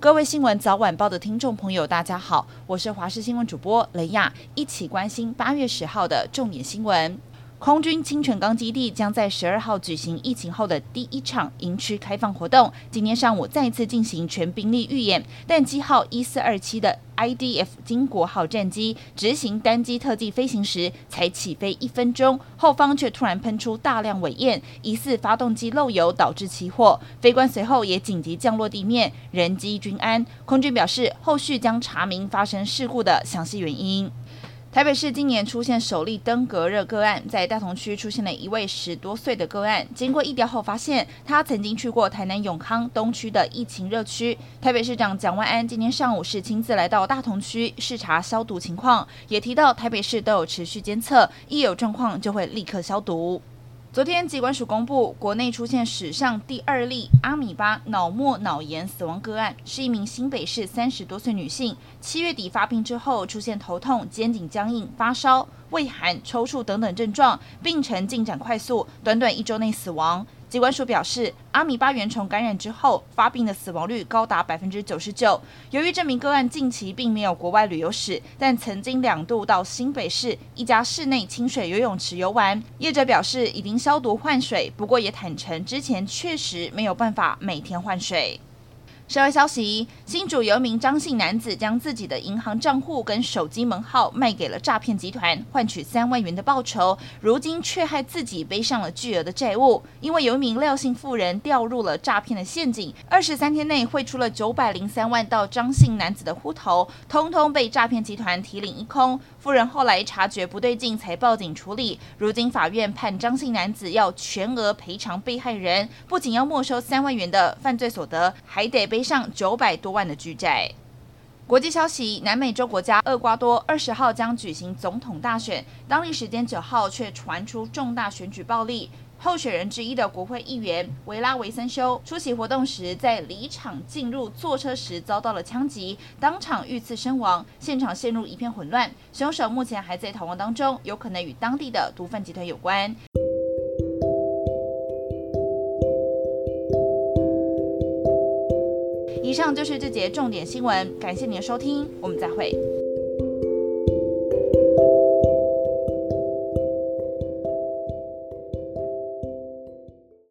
各位新闻早晚报的听众朋友，大家好，我是华视新闻主播雷亚，一起关心8月10号的重点新闻。空军清泉岗基地将在12号举行疫情后的第一场营区开放活动，今天上午再次进行全兵力预演，但机号1427的 IDF 经国号战机执行单机特技飞行时才起飞1分钟，后方却突然喷出大量尾焰，疑似发动机漏油导致起火，飞官随后也紧急降落地面，人机均安。空军表示，后续将查明发生事故的详细原因。台北市今年出现首例登革热个案，在大同区出现了一位10多岁的个案，经过疫调后发现，他曾经去过台南永康东区的疫情热区。台北市长蒋万安今天上午是亲自来到大同区视察消毒情况，也提到台北市都有持续监测，一有状况就会立刻消毒。昨天疾管署公布，国内出现史上第2例阿米巴脑膜脑炎死亡个案，是一名新北市30多岁女性，7月底发病之后出现头痛、肩颈僵硬、发烧、畏寒、抽搐等等症状，病程进展快速，短短1周内死亡。疾管署表示，阿米巴原虫感染之后发病的死亡率高达 99%。 由于这名个案近期并没有国外旅游史，但曾经2度到新北市一家室内清水游泳池游玩，业者表示已经消毒换水，不过也坦诚之前确实没有办法每天换水。社会消息，新竹有一名张姓男子将自己的银行账户跟手机门号卖给了诈骗集团，换取3万元的报酬，如今却害自己背上了巨额的债务。因为有一名廖姓妇人掉入了诈骗的陷阱，23天内汇出了903万到张姓男子的户头，通通被诈骗集团提领一空。妇人后来察觉不对劲，才报警处理。如今法院判张姓男子要全额赔偿被害人，不仅要没收3万元的犯罪所得，还得背上900多万的巨债。国际消息，南美洲国家厄瓜多20号将举行总统大选，当地时间9号却传出重大选举暴力。候选人之一的国会议员维拉维森修出席活动时，在离场进入坐车时遭到了枪击，当场遇刺身亡，现场陷入一片混乱。凶手目前还在逃亡当中，有可能与当地的毒贩集团有关。以上就是这节重点新闻，感谢您的收听，我们再会。